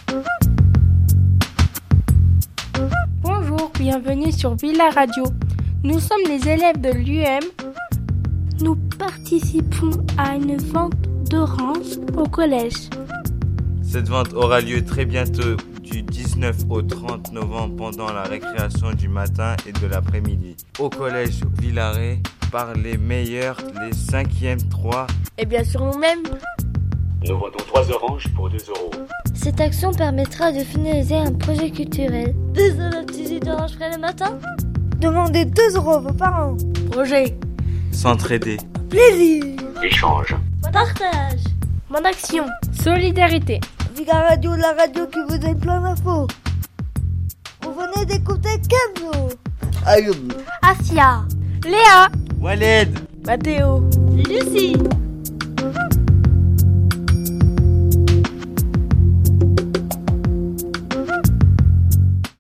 Bonjour, bienvenue sur Villa Radio. Nous sommes les élèves de l'UM. Nous participons à une vente d'oranges au collège. Cette vente aura lieu très bientôt du 19 au 30 novembre pendant la récréation du matin et de l'après-midi. Au collège Villaret, par les meilleurs, les 5e 3. Et bien sûr nous-mêmes. Nous vendons 3 oranges pour 2 €. Cette action permettra de finaliser un projet culturel. 2 € la petite d'orange frais le matin. Demandez 2 € à vos parents. Projet. S'entraider. Plaisir. Échange. Partage. Mon action. Solidarité. Villa Radio, la radio qui vous donne plein d'infos. Vous venez d'écouter Kenzo, Ayoub, Asia. Léa. Waled. Mathéo. Lucie.